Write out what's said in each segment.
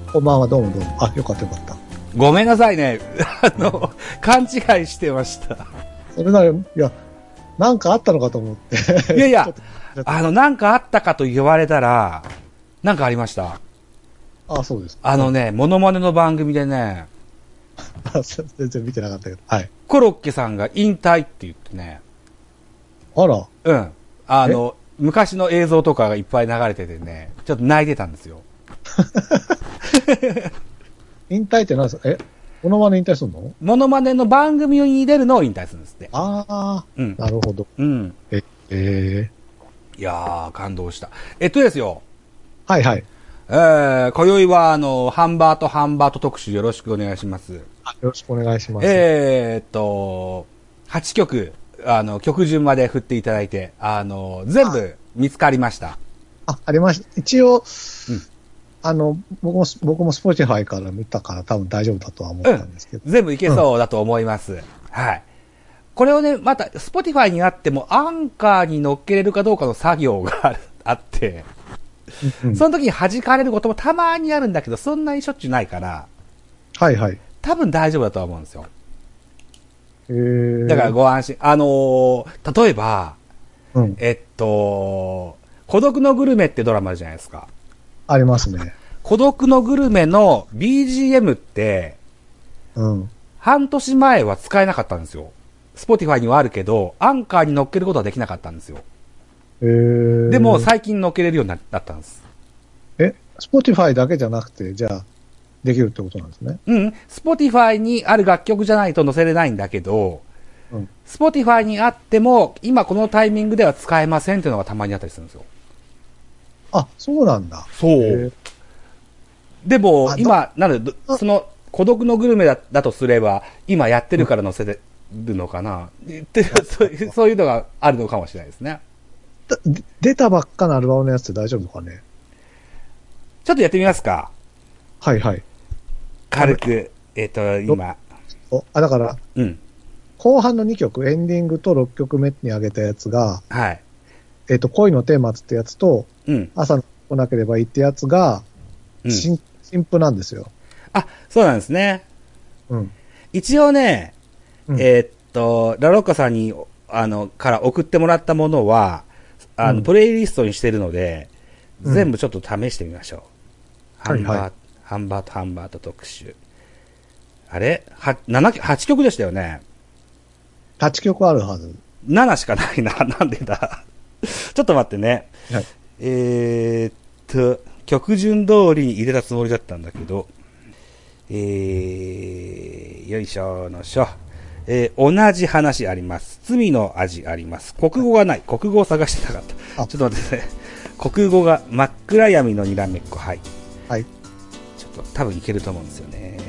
こんばんは、どうもどうも。あ、よかったよかった。 ごめんなさいね。勘違いしてました。 それなら、いや、なんかあったのかと思って。 いやいや、なんかあったかと言われたら、なんかありました。 あ、そうです。 モノマネの番組でね、 全然見てなかったけど。はい。 コロッケさんが引退って言ってね。 あら。 うん。昔の映像とかがいっぱい流れててね、ちょっと泣いてたんですよ。 引退って何ですか？モノマネ引退するの？ モノマネの番組に出るのを引退するんですって。 ああ、うん。なるほど。 うん。 いやー、感動した。ですよ。 はいはい。 今宵は、ハンバート特集よろしくお願いします。よろしくお願いします。 8曲、曲順まで振っていただいて、全部見つかりました。 ありました。一応、僕もスポティファイから見たから多分大丈夫だとは思ったんですけど。 全部いけそうだと思います。はい。これをね、また、スポティファイにあっても、アンカーに乗っけれるかどうかの作業があって、その時に弾かれることもたまにあるんだけど、そんなにしょっちゅうないから、 はいはい。 多分大丈夫だとは思うんですよ。 だからご安心。例えば、孤独のグルメってドラマあるじゃないですか。 ありますね。 孤独のグルメの BGM って、半年前は使えなかったんですよ。Spotify にはあるけど、アンカーに乗っけることはできなかったんですよ。でも最近乗っけれるようになったんです。 Spotify だけじゃなくて、じゃあ、できるってことなんですね。 Spotify にある楽曲じゃないと載せれないんだけど、Spotify にあっても、今このタイミングでは使えませんっていうのがたまにあったりするんですよ。 あ、そうなんだ。 そう。でも、今、その、孤独のグルメだとすれば、今やってるから載せてるのかな、そういうのがあるのかもしれないですね。 出たばっかのアルバムのやつって大丈夫かね？ ちょっとやってみますか。 はいはい。 軽く、今。 だから、後半の2曲、エンディングと6曲目に上げたやつが、 はい。 恋のテーマってやつと、朝来なければいいってやつが、新譜なんですよ。 あ、そうなんですね。一応ね、ラロッカさんに、から送ってもらったものは、プレイリストにしてるので、全部ちょっと試してみましょう。ハンバート特集。あれ ?8 曲でしたよね。 8曲あるはず。 7しかないな。なんでだ。ちょっと待ってね。はい、曲順通りに入れたつもりだったんだけど、よいしょのしょ。同じ話あります。罪の味あります。国語がない。国語を探してなかった。ちょっと待ってね。国語が真っ暗闇のにらめっこ。はい。 はい。 ちょっと多分いけると思うんですよね。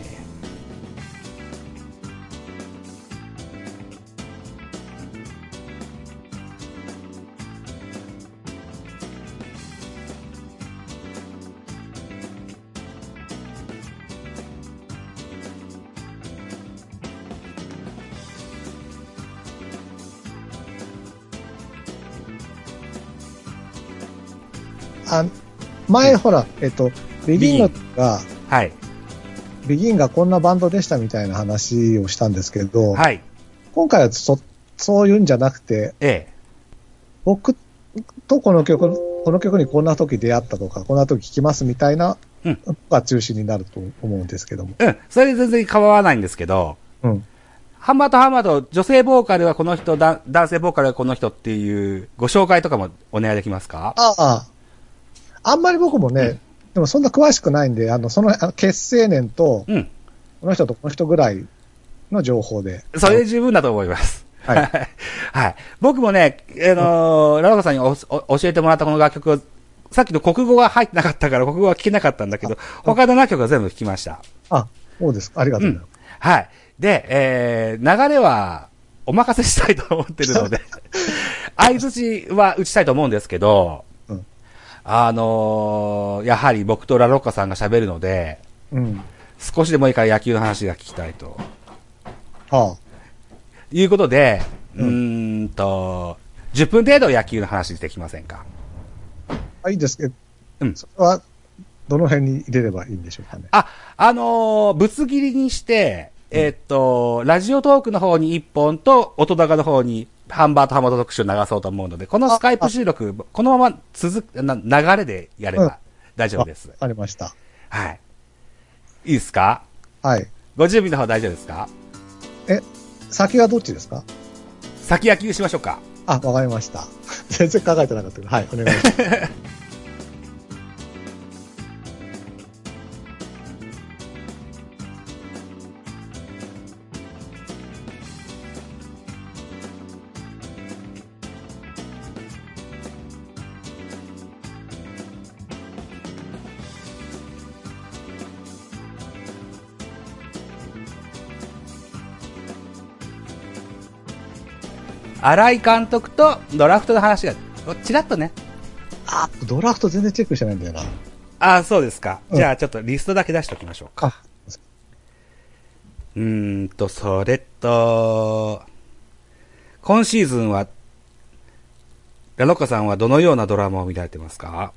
前ほら、ビギンが、 はい。 ビギンがこんなバンドでしたみたいな話をしたんですけど、 はい。 今回はそういうんじゃなくて、僕とこの曲にこんな時出会ったとか、こんな時聴きますみたいなのが中心になると思うんですけども。 それで全然構わないんですけど、ハンバート、女性ボーカルはこの人、男性ボーカルはこの人っていうご紹介とかもお願いできますか？ あんまり僕もね、でもそんな詳しくないんで、その結成年と、この人とこの人ぐらいの情報で。 それで十分だと思います。はい。はい。僕もね、ラロカさんに教えてもらったこの楽曲を、さっきの国語が入ってなかったから国語は聞けなかったんだけど、他の楽曲は全部聞きました。 そうですか。ありがとうございます。 はい。で、流れはお任せしたいと思ってるので、相槌は打ちたいと思うんですけど、やはり僕とラロッカさんが喋るので、少しでもいいから野球の話が聞きたいと。いうことで、10分程度野球の話できませんか？ いいですけど、それはどの辺に入れればいいんでしょうかね。 ぶつ切りにして、ラジオトークの方に1本と、音高の方に、ハンバートハマト特集を流そうと思うので、このスカイプ収録、このまま流れでやれば大丈夫です。 わかりました。 はい。いいですか？ はい。 ご準備の方大丈夫ですか？ 先はどっちですか？ 先野球しましょうか。 わかりました。全然考えてなかったけど、はい、お願いします。 新井監督とドラフトの話が、ちらっとね。 ドラフト全然チェックしてないんだよな。 そうですか。じゃあちょっとリストだけ出しておきましょうか。それと、今シーズンは、ラロッカさんはどのようなドラマを見られてますか？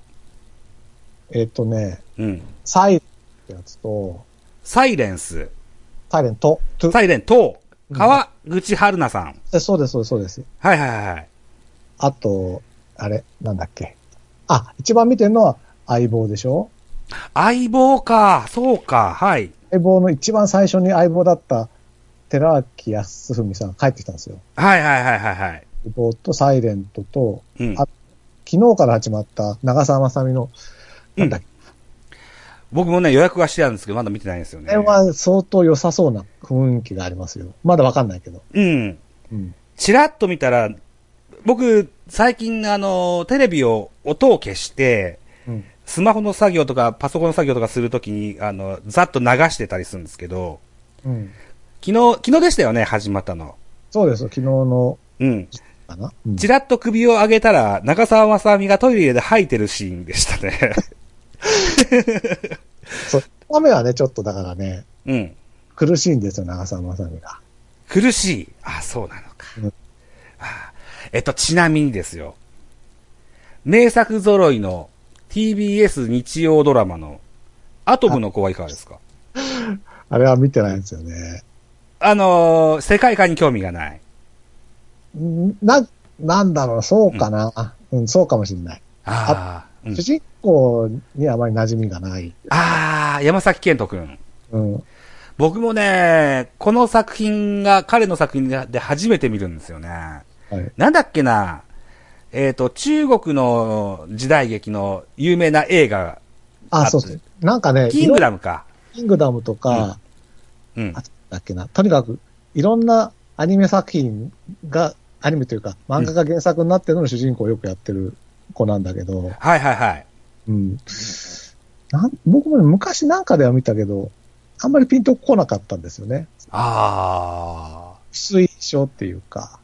サイレンってやつと、 サイレンス。 サイレント。 サイレント。川口春奈さん。 そうです。 はい。 あと、なんだっけ。一番見てるのは相棒でしょ？ 相棒か、そうか、はい。 相棒の一番最初に相棒だった寺脇康文さんが帰ってきたんですよ。 はい。 相棒とサイレントと、昨日から始まった長澤まさみの、なんだっけ。 僕もね、予約はしてあるんですけど、まだ見てないんですよね。 これは相当良さそうな雰囲気がありますよ。まだわかんないけど。 チラッと見たら、僕、最近、テレビを音を消して、スマホの作業とか、パソコンの作業とかするときに、ざっと流してたりするんですけど、昨日でしたよね、始まったの。 そうです、昨日の。 かな。チラッと首を上げたら、長澤まさみがトイレで吐いてるシーンでしたね。 雨はね、ちょっとだからね、苦しいんですよ、長澤まさみが。 苦しい？そうなのか。ちなみにですよ。名作揃いの TBS 日曜ドラマのアトムの子はいかがですか？ あれは見てないんですよね。 世界観に興味がない。 なんだろう、そうかな。そうかもしれない。主人公にあまり馴染みがない。 山崎賢人くん。僕もね、この作品が彼の作品で初めて見るんですよね。なんだっけな、中国の時代劇の有名な映画がそう。なんかね、 キングダムか。 キングダムとか、だっけな。とにかく、いろんなアニメ作品が、アニメというか、漫画が原作になってるのの主人公をよくやってる子なんだけど。僕も昔なんかでは見たけど、あんまりピンとこなかったんですよね。薄い印象っていうか。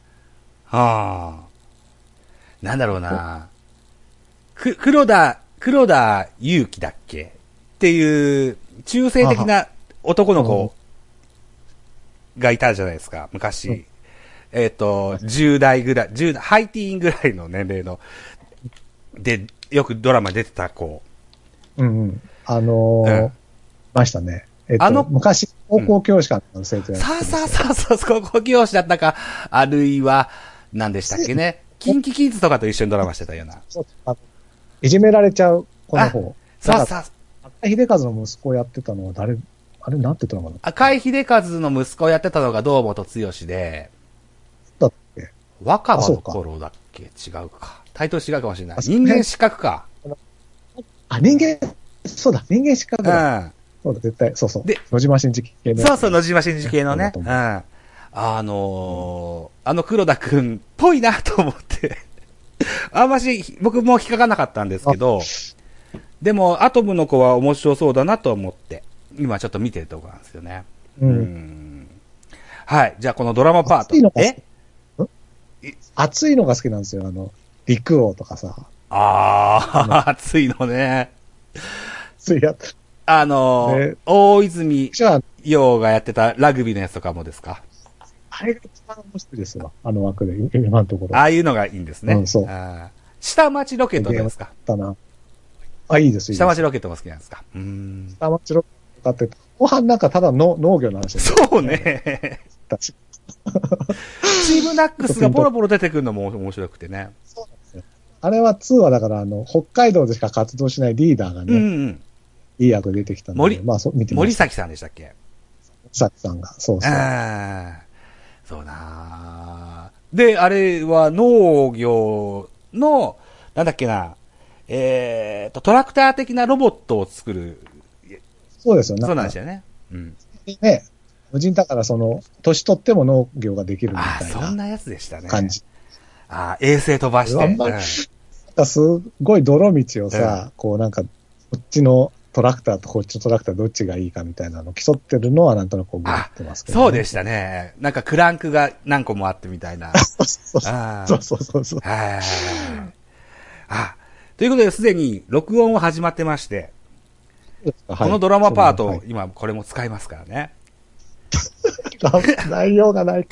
なんだろうな。黒田祐希だっけっていう、中性的な男の子がいたじゃないですか、昔。10代ぐらい、ハイティーンぐらいの年齢の、で、よくドラマ出てた子。 ましたね。昔、高校教師かの生徒やってそう、高校教師だったか、あるいは、何でしたっけね。キンキキッズとかと一緒にドラマしてたような。 いじめられちゃう子の方。 赤井秀和の息子をやってたのは誰、あれなんて言ったのかな。 赤井秀和の息子をやってたのが堂本剛で、 だっけ若葉の頃だっけ違うか。タイトル違うかもしれない。人間失格か。 そうだ、人間失格だ。そうだ、絶対、そう。で、野島真司系の。 そう、野島真司系のね。黒田くんっぽいなと思って。あんまし、僕も引っかかなかったんですけど、でも、アトムの子は面白そうだなと思って、今ちょっと見てるところなんですよね。はい。じゃあ、このドラマパート。 熱いのが好きなんですよ。陸王とかさ。 熱いのね。 熱いやつ。 大泉洋がやってたラグビーのやつとかもですか？ あれが一番面白いですわ。あの枠で、今のところ。 ああいうのがいいんですね。 そう。 下町ロケットですか？ あ、いいです、いいです。 下町ロケットも好きなんですか。 下町ロケットって、後半なんかただの農業の話ですね。そうね。チームナックスがポロポロ出てくるのも面白くてね。 そうなんですよ。あれは2はだから北海道でしか活動しないリーダーがね、いい役出てきたので、まあ見てました。 森崎さんでしたっけ？ 森崎さんが、そうそう。 そうなで、あれは農業の、なんだっけな、トラクター的なロボットを作る。 そうですよね。 そうなんですよね。 ね、無人だから年取っても農業ができるみたいな。 そんなやつでしたね。 感じ。 衛星飛ばして。 なんかすごい泥道をさ、こうなんか、こっちのトラクターとこっちのトラクターどっちがいいかみたいなの競ってるのはなんとなく覚えてますけど、ね。 そうでしたね。なんかクランクが何個もあってみたいな。 そうそう。 ということで、すでに録音は始まってまして、このドラマパート、今これも使いますからね。 内容がないか。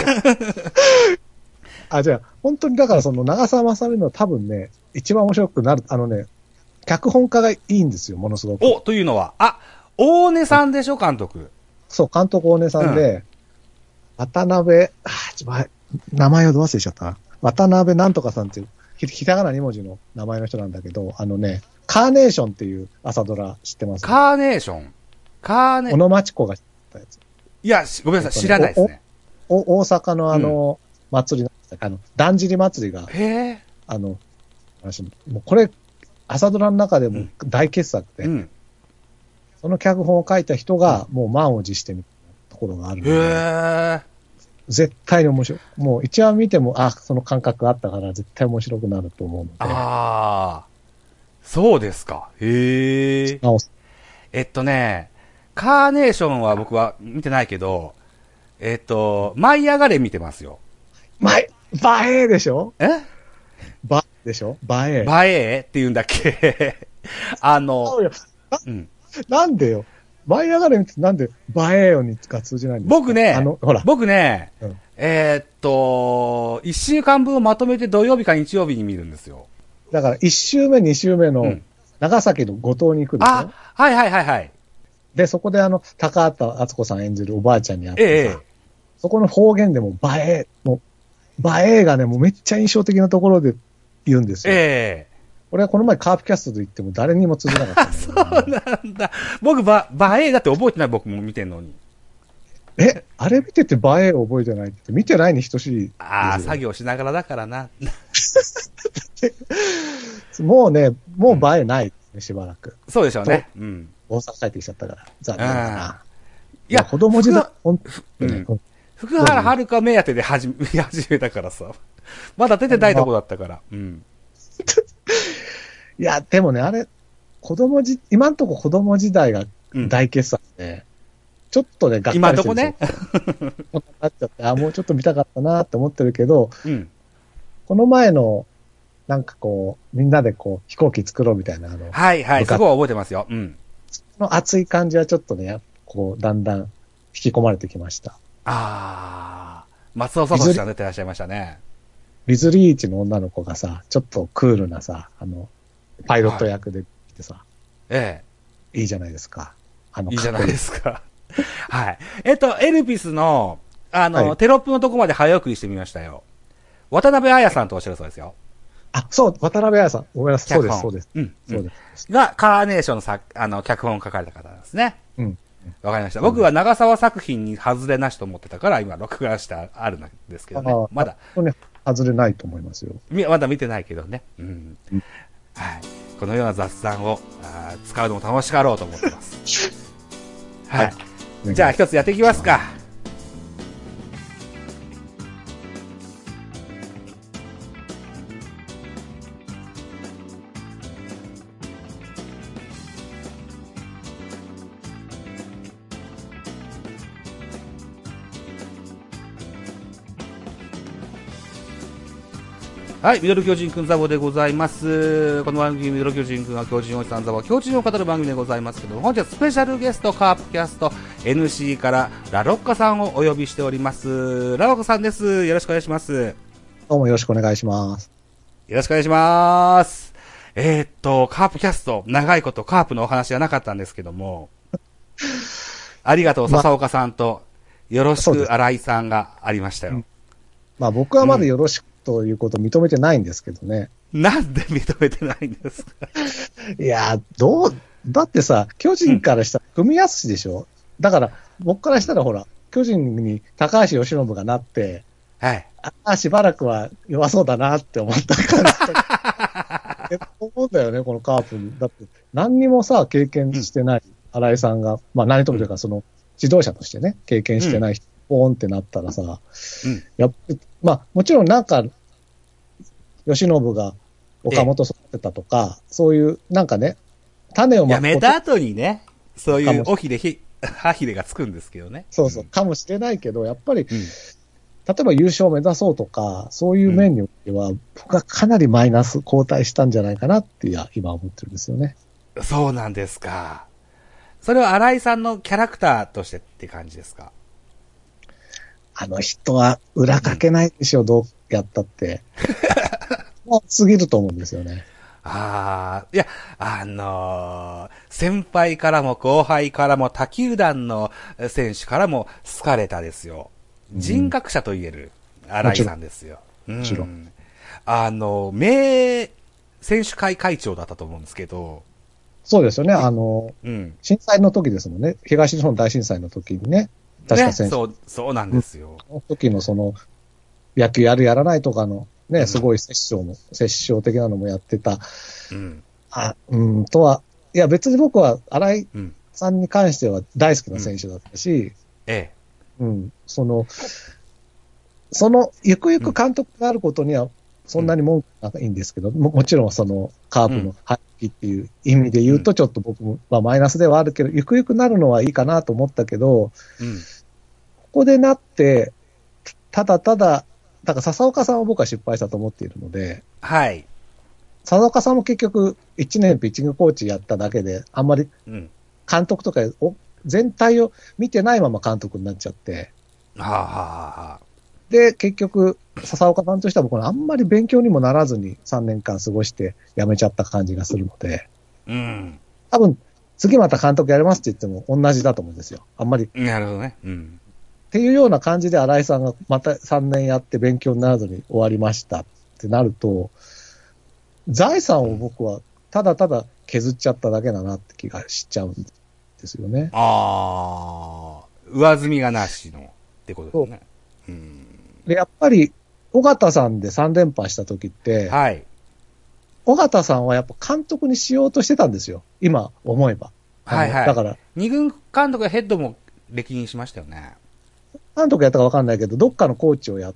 じゃあ、本当にだから長澤まさみの多分ね、一番面白くなる、脚本家がいいんですよ、ものすごく。 というのは、大根さんでしょ、監督。 そう、監督大根さんで、渡辺、名前をど忘れしちゃったな。渡辺なんとかさんっていう、ひらがな2文字の名前の人なんだけど、カーネーションっていう朝ドラ知ってます？ カーネーション小野町子が知ったやつ。 いや、ごめんなさい、知らないですね。 大阪の祭りだんじり祭りが、もうこれ、朝ドラの中でも大傑作で、その脚本を書いた人がもう満を持してみたいなところがあるので、絶対に面白い。もう一話見ても、その感覚があったから絶対面白くなると思うので。 そうですか。へえ。カーネーションは僕は見てないけど、舞い上がれ見てますよ。 バエーでしょ？バでしょ？バエーって言うんだっけ？ なんでよ。舞い上がれってなんでバエーよにが通じないんですか？ 僕ね、1週間分をまとめて土曜日か日曜日に見るんですよ。 だから1週目、2週目の長崎の五島に行くでしょ？ はい。 で、そこで高畑敦子さん演じるおばあちゃんに会ってさ、そこの方言でもバエーがね、もうめっちゃ印象的なところで言うんですよ。俺はこの前カープキャストで言っても誰にも通じなかったそうなんだ。僕バエーだって覚えてない、僕も見てんのに。 あれ見ててバエー覚えてないって見てないに等しい。 作業しながらだからな。 もうバエーないですね、しばらく。 そうでしょうね。 大阪帰ってきちゃったから。残念だな。いや、子供時代、 福原遥目当てで見始めたからさ。まだ出てないとこだったから。 いや、でもね、あれ、今んとこ子供時代が大傑作で、ちょっとね、がっかりしてる。 今んとこね。 なっちゃって、もうちょっと見たかったなって思ってるけど、この前の、なんかみんなで飛行機作ろうみたいなはい、すごい覚えてますよ。 その熱い感じはちょっとね、だんだん引き込まれてきました。 松尾聡さん出てらっしゃいましたね。 リズリーチの女の子がさ、ちょっとクールなさ、パイロット役で来てさ、いいじゃないですか。 いいじゃないですか。はい。エルピスの、テロップのとこまで早送りしてみましたよ。渡辺彩さんとおっしゃるそうですよ。 そう、渡辺彩さん。ごめんなさい。そうです。そうです。 が、カーネーションの脚本を書かれた方なんですね。わかりました。僕は長澤作品に外れなしと思ってたから、今、録画してあるんですけどね。まだ。 外れないと思いますよ。 まだ見てないけどね。はい。このような雑談を使うのも楽しかろうと思ってます。はい。じゃあ、一つやっていきますか。はい、ミドル巨人くんザボでございます。この番組ミドル巨人くんは巨人おじさんザボ、巨人を語る番組でございますけど、本日はスペシャルゲストカープキャスト NC からラロッカさんをお呼びしております。ラロッカさんです。よろしくお願いします。 どうもよろしくお願いします。 よろしくお願いします。 カープキャスト、長いことカープのお話はなかったんですけども、ありがとう、笹岡さんと、よろしく、新井さんがありましたよ。 まあ僕はまだよろしくということを認めてないんですけどね。 なんで認めてないんですか？ いや、だってさ、巨人からしたら組みやすしでしょ。だから、僕からしたらほら、巨人に高橋由伸がなって、 はい。 しばらくは弱そうだなって思った感じ。思うんだよね、このカープに。だって、何にもさ、経験してない新井さんが、まあ何ともというか、その、指導者としてね、経験してない人、ポーンってなったらさ、まあ、もちろんなんか、由伸が岡本育てたとか、そういう、なんかね、種をやめた後にね、そういう歯ひれがつくんですけどね。 そうそう、かもしれないけど、やっぱり、例えば優勝を目指そうとか、そういう面においては、僕はかなりマイナス後退したんじゃないかなって今思ってるんですよね。 そうなんですか。それは新井さんのキャラクターとしてって感じですか？ あの人は裏かけないでしょ、どうやったって。すぎると思うんですよね。 いや、先輩からも後輩からも他球団の選手からも好かれたですよ。人格者と言える新井さんですよ。 もちろん。 名選手会会長だったと思うんですけど。 そうですよね。震災の時ですもんね。東日本大震災の時にね。確か選手。 そうなんですよ。 その時のその、野球やるやらないとかのね、すごい殺傷的なのもやってた。いや別に僕は新井さんに関しては大好きな選手だったし、ゆくゆく監督があることには、そんなに文句ないんですけど、もちろんそのカープの発揮っていう意味で言うと、ちょっと僕も、まあマイナスではあるけど、ゆくゆくなるのはいいかなと思ったけど、ここでなって、ただ、だから笹岡さんは僕は失敗したと思っているので、 はい。 笹岡さんも結局、1年ピッチングコーチやっただけで、あんまり監督とか全体を見てないまま監督になっちゃって、で、結局、笹岡さんとしては僕はあんまり勉強にもならずに3年間過ごして辞めちゃった感じがするので、多分、次また監督やりますって言っても同じだと思うんですよ。あんまり。 なるほどね。 っていうような感じで新井さんがまた3年やって勉強にならずに終わりましたってなると、財産を僕はただただ削っちゃっただけだなって気がしちゃうんですよね。 上積みがなしのってことですね。 で、やっぱり、尾形さんで3連覇した時って、尾形さんはやっぱ監督にしようとしてたんですよ。今思えば。だから。 二軍監督がヘッドも歴任しましたよね。 監督やったか分かんないけど、どっかのコーチをやって、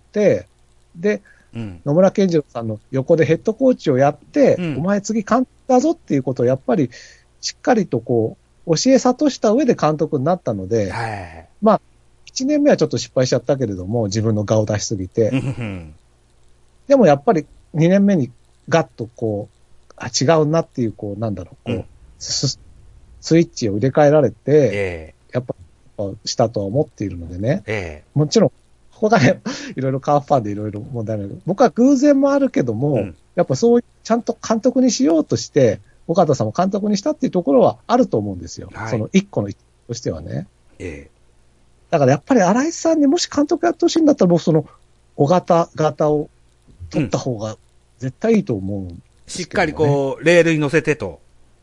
で、野村健次郎さんの横でヘッドコーチをやって、お前次監督だぞっていうことをやっぱりしっかりとこう、教え諭した上で監督になったので、まあ、1年目はちょっと失敗しちゃったけれども、自分の顔を出しすぎて。でもやっぱり2年目にガッとこう、違うなっていう、こう、なんだろう、こう、スイッチを入れ替えられて、やっぱしたとは思っているのでね。もちろん、ここがね、いろいろカープファンでいろいろ問題なの。僕は偶然もあるけども、やっぱそういう、ちゃんと監督にしようとして、岡田さんも監督にしたっていうところはあると思うんですよ。その一個のとしてはね。だからやっぱり新井さんにもし監督やってほしいんだったら、僕その、尾形型を取った方が絶対いいと思うんですけどね。 しっかりこう、レールに乗せてと。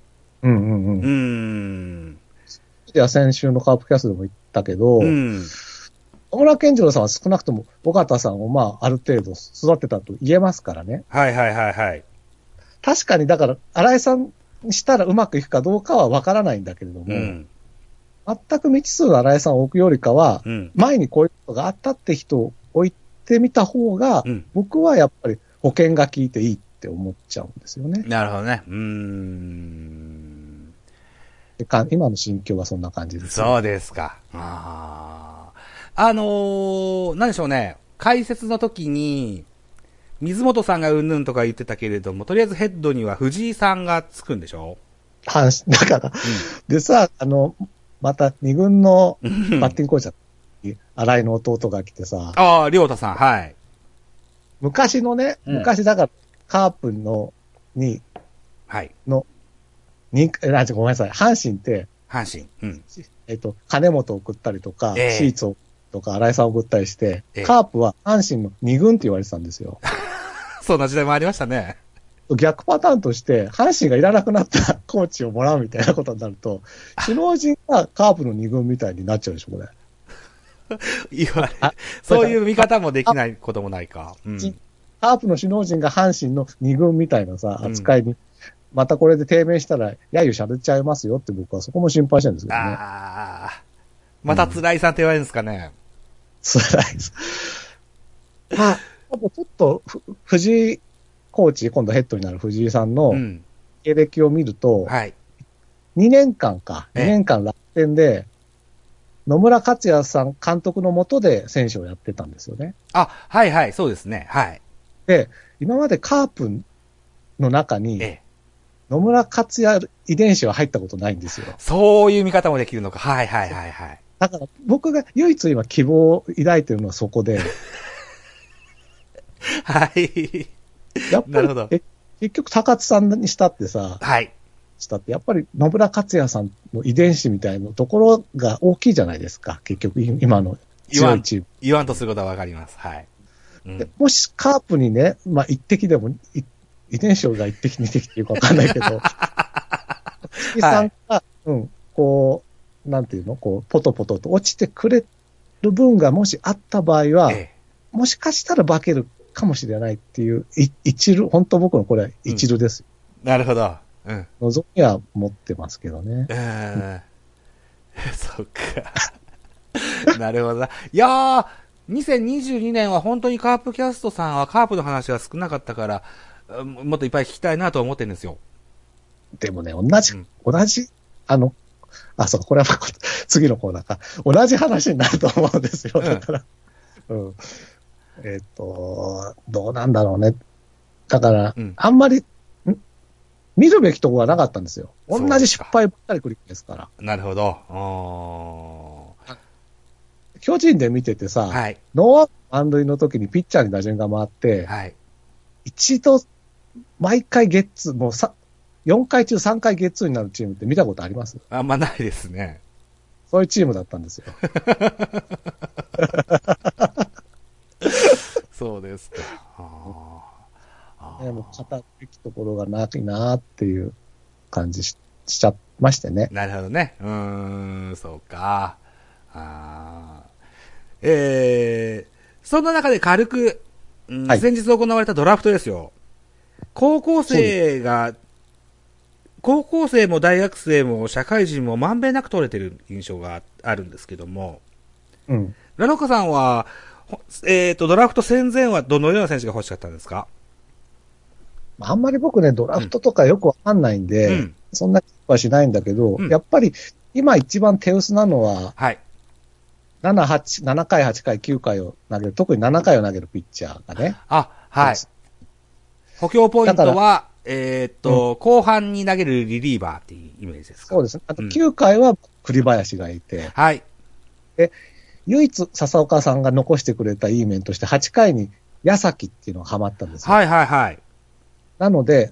では先週のカープキャストでも言ったけど、野村健次郎さんは少なくとも尾形さんをまあある程度育てたと言えますからね。確かにだから新井さんにしたらうまくいくかどうかはわからないんだけれども、全く未知数の新井さんを置くよりかは、前にこういうことがあったって人を置いてみた方が、僕はやっぱり保険が効いていいって思っちゃうんですよね。 なるほどね。 今の心境はそんな感じです、 ね。そうですか。なんでしょうね。解説の時に、水本さんがうんぬんとか言ってたけれども、とりあえずヘッドには藤井さんがつくんでしょ？ だから、でさ、また二軍のバッティングコーチだった新井の弟が来てさ。 りょうたさん、はい。 昔だから、カープに、 はい。 の、ごめんなさい。阪神って、 阪神。うん。 金本を送ったりとか、シーツをとか、新井さんを送ったりして、カープは阪神の2軍って言われてたんですよ。 そんな時代もありましたね。 逆パターンとして、阪神がいらなくなったコーチをもらうみたいなことになると、首脳陣がカープの2軍みたいになっちゃうでしょ、これ。 そういう見方もできないこともないか。 うん、カープの首脳陣が阪神の2軍みたいなさ、扱いに、またこれで低迷したら、揶揄しゃべっちゃいますよって僕はそこも心配してるんですけどね。 ああ。また辛いさんって言われるんですかね。 辛いです。まあ、ちょっと、藤井コーチ、今度ヘッドになる藤井さんの経歴を見ると、はい。2年間楽天で、野村克也さん監督の下で選手をやってたんですよね。 あ、はいはい、そうですね。はい。 で、今までカープの中に、野村克也遺伝子は入ったことないんですよ。 そういう見方もできるのか。はいはいはいはい。 だから僕が唯一今希望を抱いてるのはそこで。 はい。 やっぱり、結局高津さんにしたってさ、 はい。 したって、やっぱり野村克也さんの遺伝子みたいなところが大きいじゃないですか。結局今の強いチーム。 言わんとすることはわかります。はい。 でもしカープにね、まあ一滴でも、遺伝子が一滴二滴っていうかわかんないけど、月さんが、こう、なんていうのこう、ポトポトと落ちてくれる分がもしあった場合は、もしかしたら化けるかもしれないっていう、一縷、本当僕のこれは一縷です。 なるほど。うん。 望みは持ってますけどね。 そっか。なるほどな。いやー、2022年は本当にカープキャストさんはカープの話が少なかったから、もっといっぱい聞きたいなと思ってるんですよ。 でもね、同じ、そう、これは次のコーナーか。同じ話になると思うんですよ。だから。どうなんだろうね。だから、あんまり、見るべきところがなかったんですよ。同じ失敗ばっかり繰り返すから。 なるほど。 巨人で見ててさ、 はい、 ノーアウト満塁の時にピッチャーに打順が回って、 はい、 一度、毎回ゲッツー、もう4回中3回ゲッツーになるチームって見たことあります？ あんまないですね。 そういうチームだったんですよ。 そうですか。 もう語るべきところがないなっていう感じ しちゃいましてね。 なるほどね。そうか。そんな中で軽く、はい、先日行われたドラフトですよ。高校生も大学生も社会人もまんべんなく取れてる印象があるんですけども、ラロカさんは、ドラフト戦前はどのような選手が欲しかったんですか？ あんまり僕ね、ドラフトとかよくわかんないんで、そんな気はしないんだけど、やっぱり今一番手薄なのは、 はい。 7回、8回、9回を投げる、特に7回を投げるピッチャーがね。 はい。補強ポイントは、後半に投げるリリーバーっていうイメージですか？ そうですね。あと9回は栗林がいて、 はい。 で、唯一笹岡さんが残してくれたいい面として、8回に矢崎っていうのがハマったんですよ。 はいはいはい。 なので、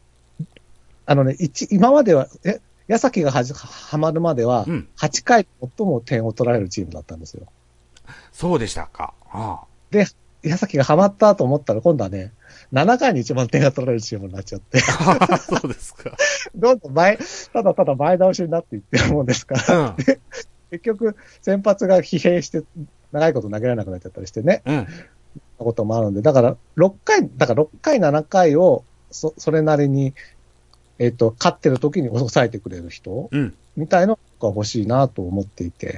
今までは、矢崎がはまるまでは、8回最も点を取られるチームだったんですよ。 そうでしたか。 で、矢崎がはまったと思ったら、今度はね、7回に一番点が取られるチームになっちゃって。 そうですか。 どんどんただ前倒しになっていってるもんですから。結局、先発が疲弊して、長いこと投げられなくなっちゃったりしてね。こともあるんで、だから6回、7回を、それなりに、勝ってる時に抑えてくれる人、みたいのが欲しいなと思っていて。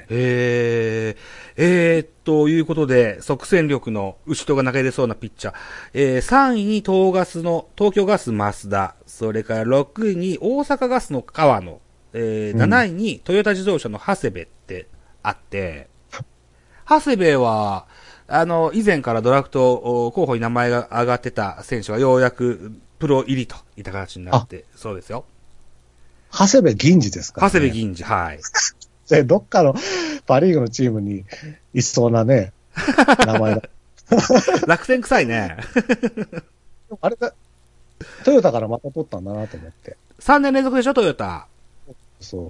ということで、即戦力の打ち手が投げれそうなピッチャー。3位に東京ガス増田、それから6位に大阪ガスの川野、7位にトヨタ自動車の長谷部ってあって、長谷部は、以前からドラフト候補に名前が挙がってた選手がようやくプロ入りといった形になって、そうですよ。 長谷部銀次ですか、ね、 長谷部銀次、はい。 どっかのパリーグのチームにいそうなね、名前だ。 楽天臭いね。 あれだ、 トヨタからまた取ったんだなと思って。 3年連続でしょ、トヨタ。 そう。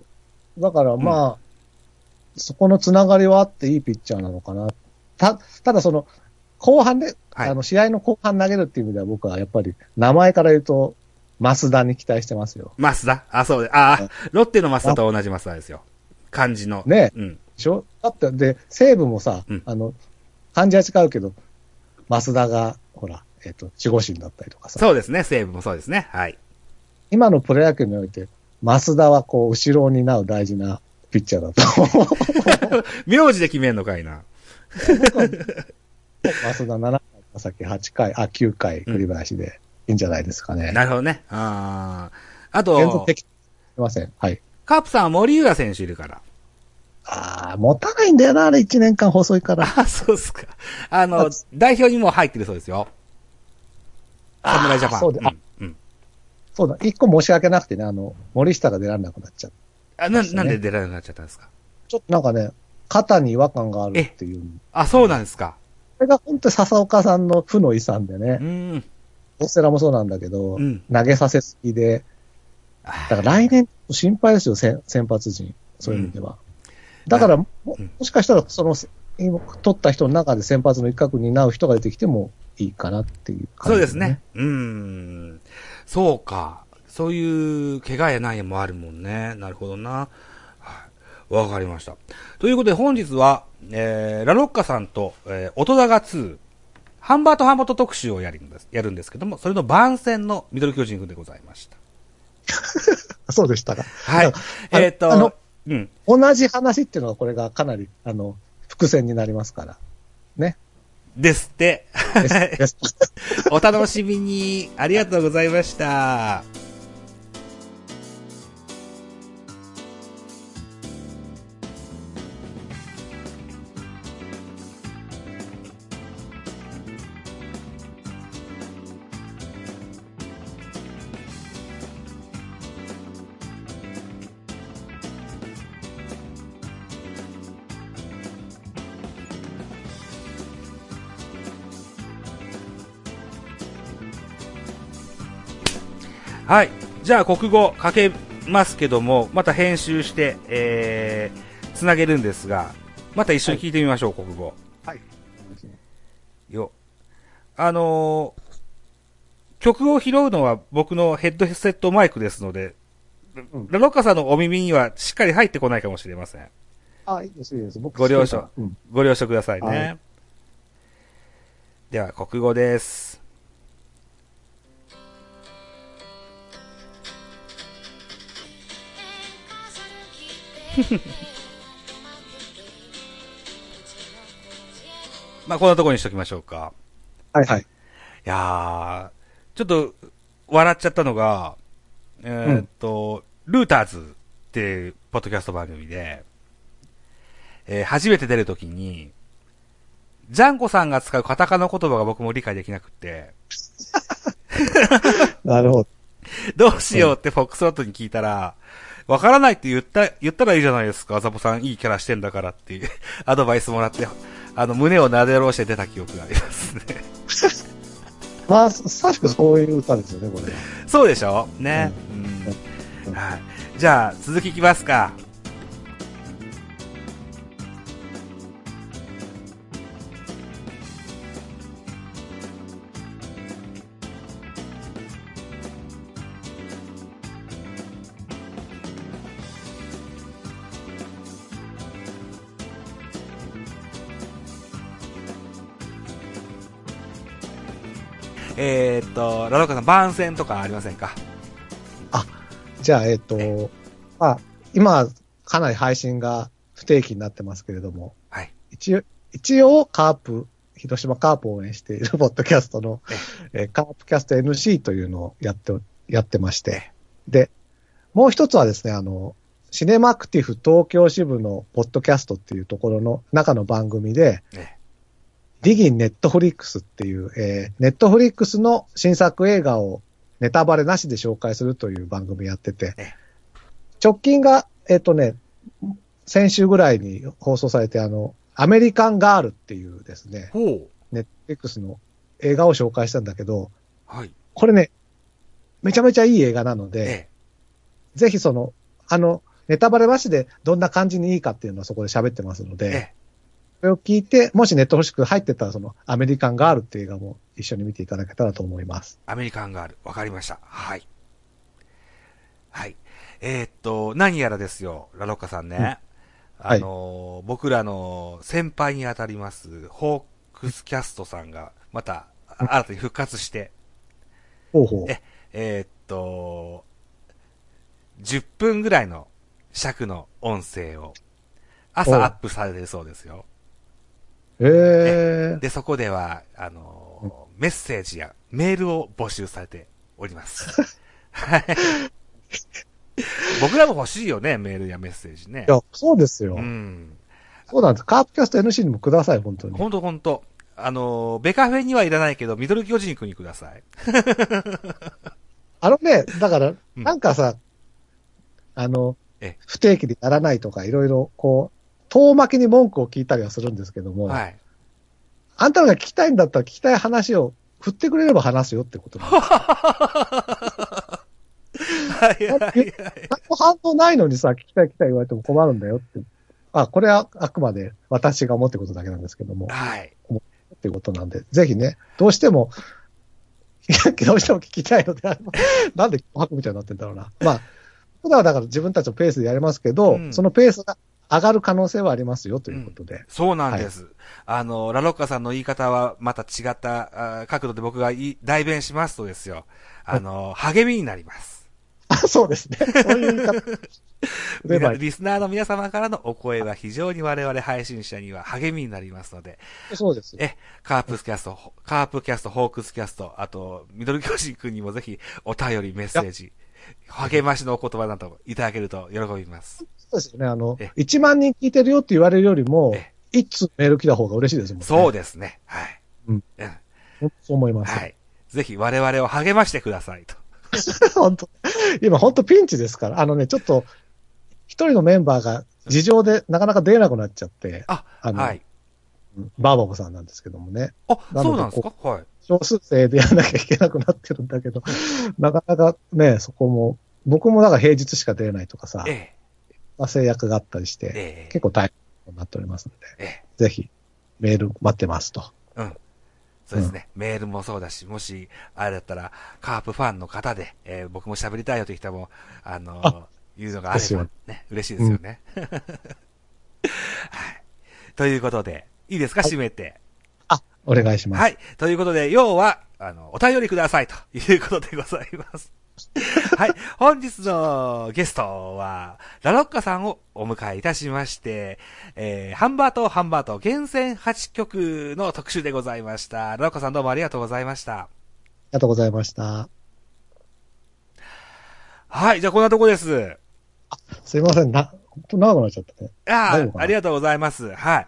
だからまあ、そこのつながりはあっていいピッチャーなのかな。ただその、後半で、はい、試合の後半投げるっていう意味では僕はやっぱり名前から言うと、増田に期待してますよ。 増田そうで、ロッテの増田と同じ増田ですよ。漢字の。 ねえ。だって、で、西武もさ、漢字は違うけど、増田が、ほら、守護神だったりとかさ。 そうですね、西武もそうですね。はい。 今のプロ野球において、増田はこう、後ろを担う大事なピッチャーだと。 名字で決めんのかいな。 増田7回、さっき8回、9回、栗林でいいんじゃないですかね。 なるほどね。あと、 連続的、すいません。はい。 カープさんは森浦選手いるから。 持たないんだよな、あれ1年間細いから。 そうっすか。代表にも入ってるそうですよ。侍ジャパン。 そうで、そうだ、1個申し訳なくてね、森下が出られなくなっちゃった、ね。 なんで出られなくなっちゃったんですか？ ちょっとなんかね、肩に違和感があるっていう。 そうなんですか。 これが本当に笹岡さんの負の遺産でね。大瀬良もそうなんだけど、投げさせすぎで。だから来年心配ですよ、先発陣。そういう意味では。だからもしかしたら、今取った人の中で先発の一角に担う人が出てきてもいいかなっていう感じ、ね。 そうですね。そうか。そういう怪我やないもあるもんね。なるほどな。はい。わかりました。ということで本日は、ラロッカさんと、音高2、ハンバートハンバート特集をやるんですけども、それの番宣のミドル巨人軍でございました。 そうでしたか。 はい。 同じ話っていうのはこれがかなり、伏線になりますから。ね。 ですって。お楽しみに。ありがとうございました。はい。じゃあ、国語かけますけども、また編集して、つなげるんですが、また一緒に聞いてみましょう、国語。 はい。 よ。曲を拾うのは僕のヘッドセットマイクですので、ラロッカさんのお耳にはしっかり入ってこないかもしれません。 いいです、いいです。 ご了承くださいね。はい、では、国語です。まあ、こんなところにしときましょうか。 はいはい。 いやー、ちょっと、笑っちゃったのが、ルーターズっていうポッドキャスト番組で、初めて出るときに、ジャンコさんが使うカタカナ言葉が僕も理解できなくて。 なるほど。 どうしようってフォックスロットに聞いたら、わからないって言ったらいいじゃないですか。アザボさんいいキャラしてんだからっていうアドバイスもらって、胸をなで下ろして出た記憶がありますね。 まあ、確かそういう歌ですよね、これ。 そうでしょね。はい。じゃあ、続きいきますか。ラロッカさん、番宣とかありませんか？ じゃあ、まあ、今、かなり配信が不定期になってますけれども、 はい。 一応、広島カープを応援しているポッドキャストの、カープキャスト NC というのをやってまして、で、もう一つはですね、シネマクティフ東京支部のポッドキャストっていうところの中の番組で、ディギンネットフリックスっていう、ネットフリックスの新作映画をネタバレなしで紹介するという番組やってて、直近が、先週ぐらいに放送されて、アメリカンガールっていうですね、ネットフリックスの映画を紹介したんだけど、 はい、 これね、 めちゃめちゃいい映画なので、ぜひネタバレなしでどんな感じにいいかっていうのはそこで喋ってますので、それを聞いて、もしネット欲しく入ってたらアメリカンガールっていう映画も一緒に見ていただけたらと思います。 アメリカンガール、わかりました。はい。はい。何やらですよ、ラロッカさんね。僕らの先輩にあたります、ホークスキャストさんが、また、新たに復活して、10分ぐらいの尺の音声を、朝アップされるそうですよ。で、そこでは、メッセージやメールを募集されております。はい。僕らも欲しいよね、メールやメッセージね。 いや、そうですよ。うん。そうなんです。カープキャスト NC にもください、本当に。 本当。ベカフェにはいらないけど、ミドル巨人くんにください。 だから、なんかさ、不定期でやらないとか、いろいろ、遠巻きに文句を聞いたりはするんですけども、はい。あんたらが聞きたいんだったら聞きたい話を振ってくれれば話すよってことなんです。はいはいはい。反応ないのにさ、聞きたい言われても困るんだよって。これはあくまで私が思ってることだけなんですけども。はい。っていうことなんで、ぜひね、どうしても聞きたいのであれば、なんで紅白みたいになってんだろうな。まあ、普段はだから自分たちのペースでやれますけど、そのペースが上がる可能性はありますよということで。 そうなんです。ラロッカさんの言い方はまた違った角度で僕が代弁しますとですよ。励みになります。 そうですね。そういう言い方。 リスナーの皆様からのお声は非常に我々配信者には励みになりますので。 そうです。 カープキャスト、ホークスキャスト、あと、ミドル巨人くんにもぜひお便りメッセージ、励ましのお言葉などいただけると喜びます。 そうですね。1万人聞いてるよって言われるよりも、一通メール来た方が嬉しいですもんね。 そうですね。はい。 そう思います。 はい。ぜひ我々を励ましてくださいと。 今本当ピンチですから。ちょっと、一人のメンバーが事情でなかなか出れなくなっちゃって、はい。バーバボさんなんですけどもね。 そうなんですか？はい。 少数制でやらなきゃいけなくなってるんだけど、なかなかね、そこも、僕もだから平日しか出れないとかさ、制約があったりして、結構大変になっておりますので、ぜひメール待ってますと。 そうですね。メールもそうだし、もし、あれだったら、カープファンの方で、僕も喋りたいよという人も、いうのがあれば、ね、嬉しいですよね。はい。ということで、いいですか、締めて。 お願いします。 はい。ということで、要は、お便りくださいということでございます。はい。本日のゲストは、ラロッカさんをお迎えいたしまして、ハンバート厳選8曲の特集でございました。ラロッカさんどうもありがとうございました。 ありがとうございました。 はい。じゃあこんなとこです。 すいません。本当長くなっちゃったね。 ありがとうございます。はい。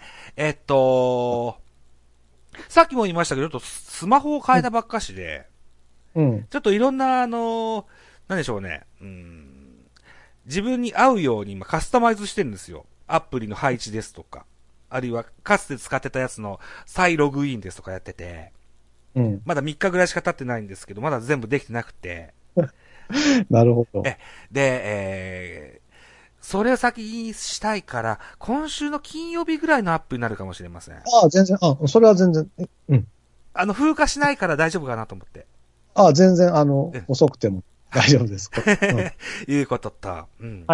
さっきも言いましたけど、ちょっとスマホを変えたばっかしで、ちょっといろんな、なんでしょうね、自分に合うように今カスタマイズしてるんですよ。アプリの配置ですとか、あるいはかつて使ってたやつの再ログインですとかやってて、まだ3日ぐらいしか経ってないんですけど、まだ全部できてなくて。 なるほど。 で、それを先にしたいから、今週の金曜日ぐらいのアップになるかもしれません。 全然、それは全然、 風化しないから大丈夫かなと思って。 全然、遅くても大丈夫です。 いうことと、はい。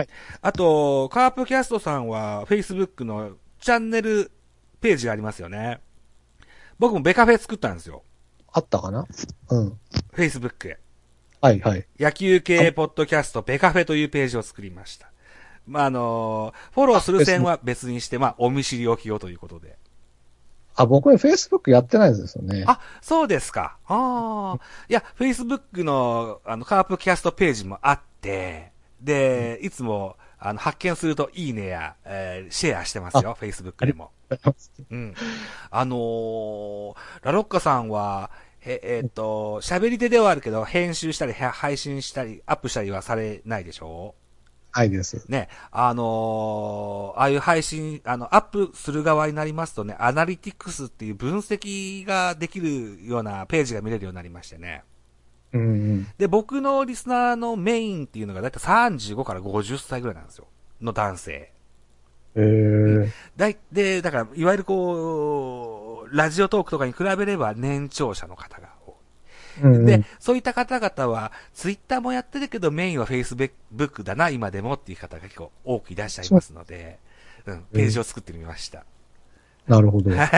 あと、カープキャストさんは、Facebook のチャンネルページがありますよね。僕もベカフェ作ったんですよ。 あったかな Facebook へ。 はいはい。 野球系ポッドキャストベカフェというページを作りました。フォローする線は別にして、お見知りおきよということで。 僕は Facebook やってないんですよね。 そうですか。いや、Facebook の、カープキャストページもあって、で、いつも、発見するといいねや、シェアしてますよ、Facebook でも。ラロッカさんは、喋り手ではあるけど、編集したり、配信したり、アップしたりはされないでしょう？ はいです。 ね、ああいう配信、アップする側になりますとね、アナリティクスっていう分析ができるようなページが見れるようになりましてね。 うんうん。 で、僕のリスナーのメインっていうのがだいたい35から50歳ぐらいなんですよ。の男性。で、だから、いわゆるこう、ラジオトークとかに比べれば年長者の方が多い。うんうん、で、そういった方々は、ツイッターもやってるけど、メインはフェイスブックだな、今でもっていう方が結構多くいらっしゃいますので、ページを作ってみました。 なるほど。 はい。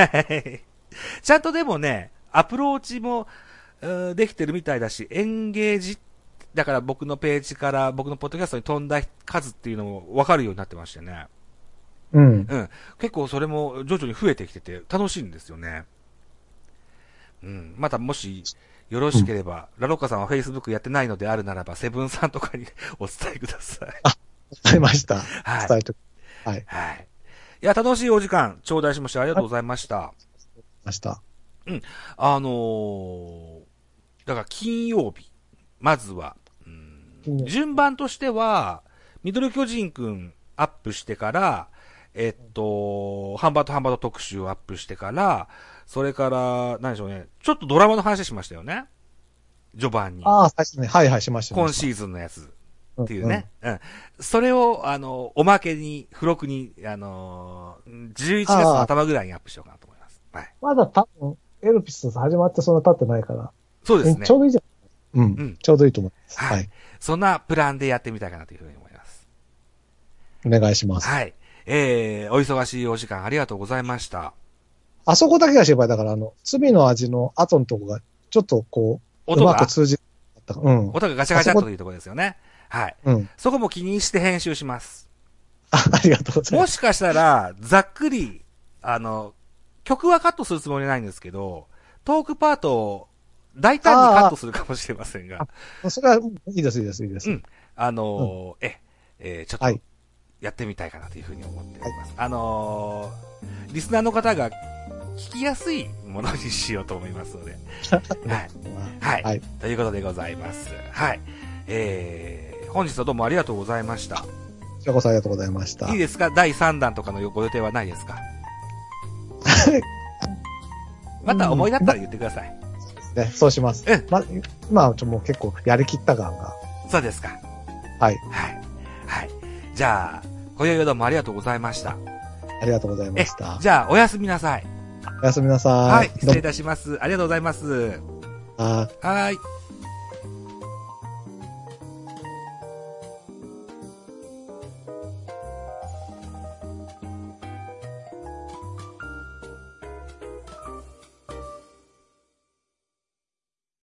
ちゃんとでもね、アプローチも、できてるみたいだし、エンゲージ、だから僕のページから僕のポッドキャストに飛んだ数っていうのも分かるようになってましてね。 うん。 結構それも徐々に増えてきてて楽しいんですよね。またもしよろしければ、ラロッカさんは Facebook やってないのであるならば、セブンさんとかにお伝えください。 伝えました。 はい。 伝えとく。はい。 はい。いや、楽しいお時間、頂戴しましてありがとうございました。 ました。 だから金曜日、まずは、順番としては、ミドル巨人くんアップしてから、ハンバート特集をアップしてから、それから、何でしょうね、ちょっとドラマの話しましたよね。序盤に。 ああ、最初ね。はいはい、しました。 今シーズンのやつ。っていうね。それを、おまけに、付録に、11月の頭ぐらいにアップしようかなと思います。はい。 まだ多分、エルピス始まってそんな経ってないから。 そうですね。 ちょうどいいじゃん。ちょうどいいと思います。 はい。そんなプランでやってみたいかなというふうに思います。 お願いします。 はい。お忙しいお時間ありがとうございました。 あそこだけが心配だから、罪の味の後のとこが、ちょっとこう、うまく通じた。 音がガチャガチャというところですよね。はい。そこも気にして編集します。 ありがとうございます。 もしかしたら、ざっくり、曲はカットするつもりないんですけど、トークパートを大胆にカットするかもしれませんが。 それは、いいです。 ちょっと、やってみたいかなというふうに思っております。リスナーの方が聞きやすいものにしようと思いますので。はい。はい。ということでございます。はい。本日はどうもありがとうございました。 こちらこそありがとうございました。 いいですか？第3弾とかのご予定はないですか？また思い立ったら言ってください。 ね、そうします。今はもう結構やりきった感が。 そうですか。 はい。 はい。はい。じゃあ、今宵はどうもありがとうございました。 ありがとうございました。 じゃあ、おやすみなさい。 おやすみなさい。 はい。失礼いたします。ありがとうございます。 はい。